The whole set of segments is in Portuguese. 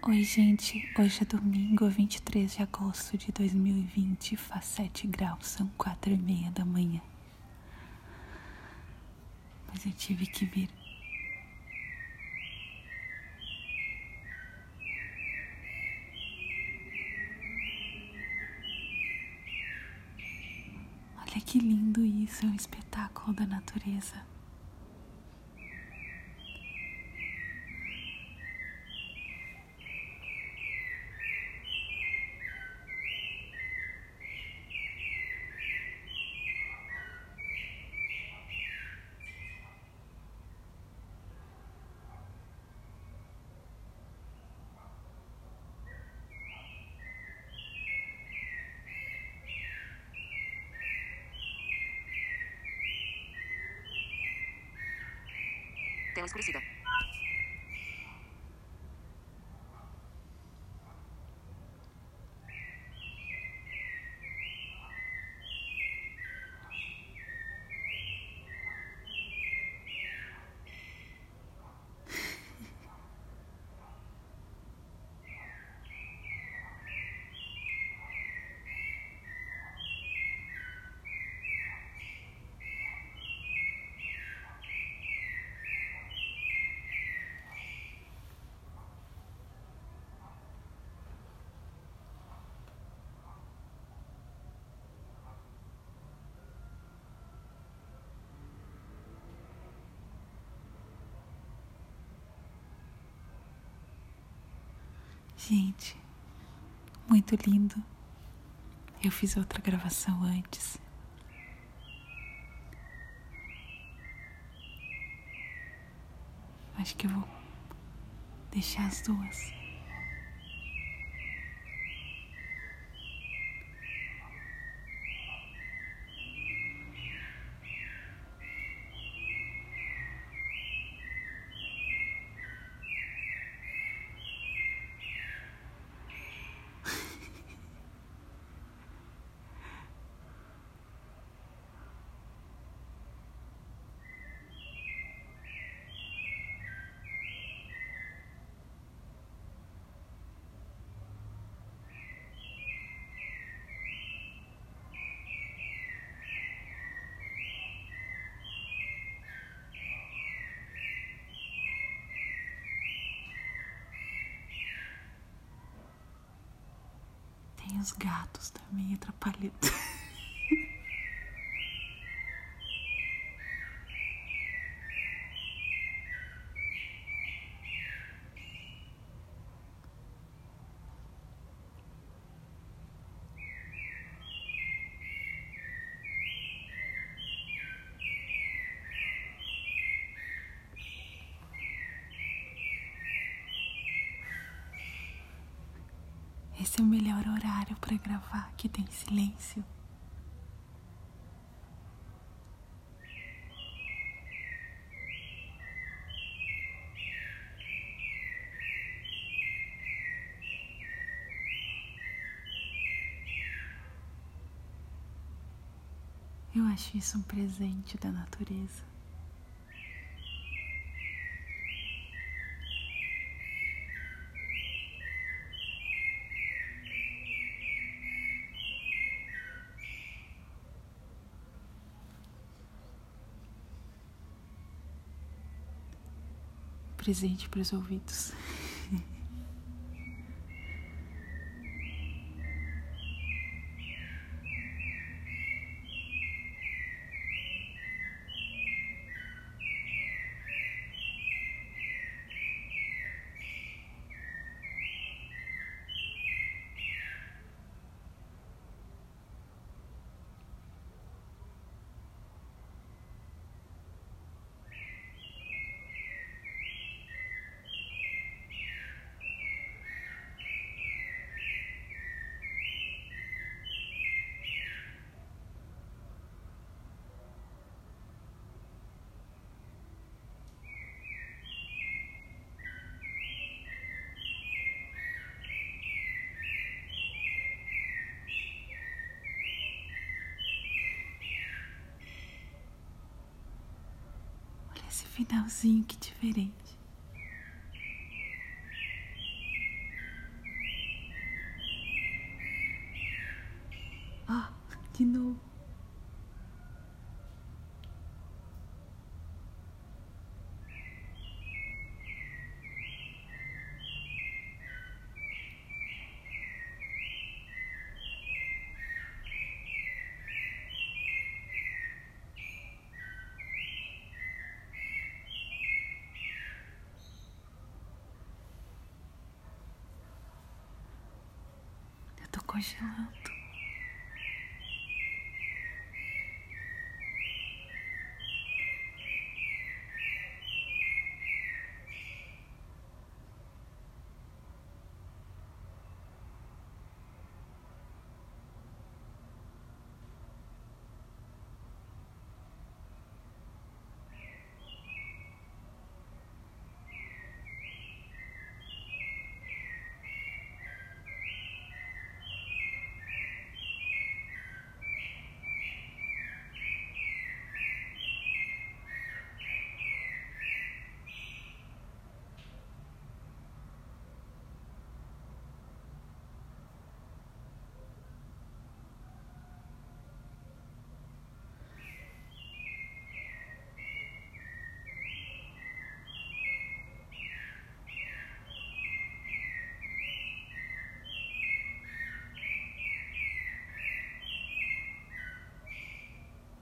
Oi, gente. Hoje é domingo, 23 de agosto de 2020, faz 7 graus, são 4:30 da manhã. Mas eu tive que vir. Olha que lindo isso, é um espetáculo da natureza. Tela escurecida. Gente, muito lindo. Eu fiz outra gravação antes. Acho que eu vou deixar as duas. Tem os gatos também atrapalhando. Esse é o melhor horário para gravar, que tem silêncio. Eu acho isso um presente da natureza. Presente para os ouvidos. Esse finalzinho, que diferente. congelando.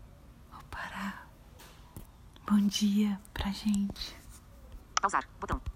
Bom dia pra gente. Pausar, botão.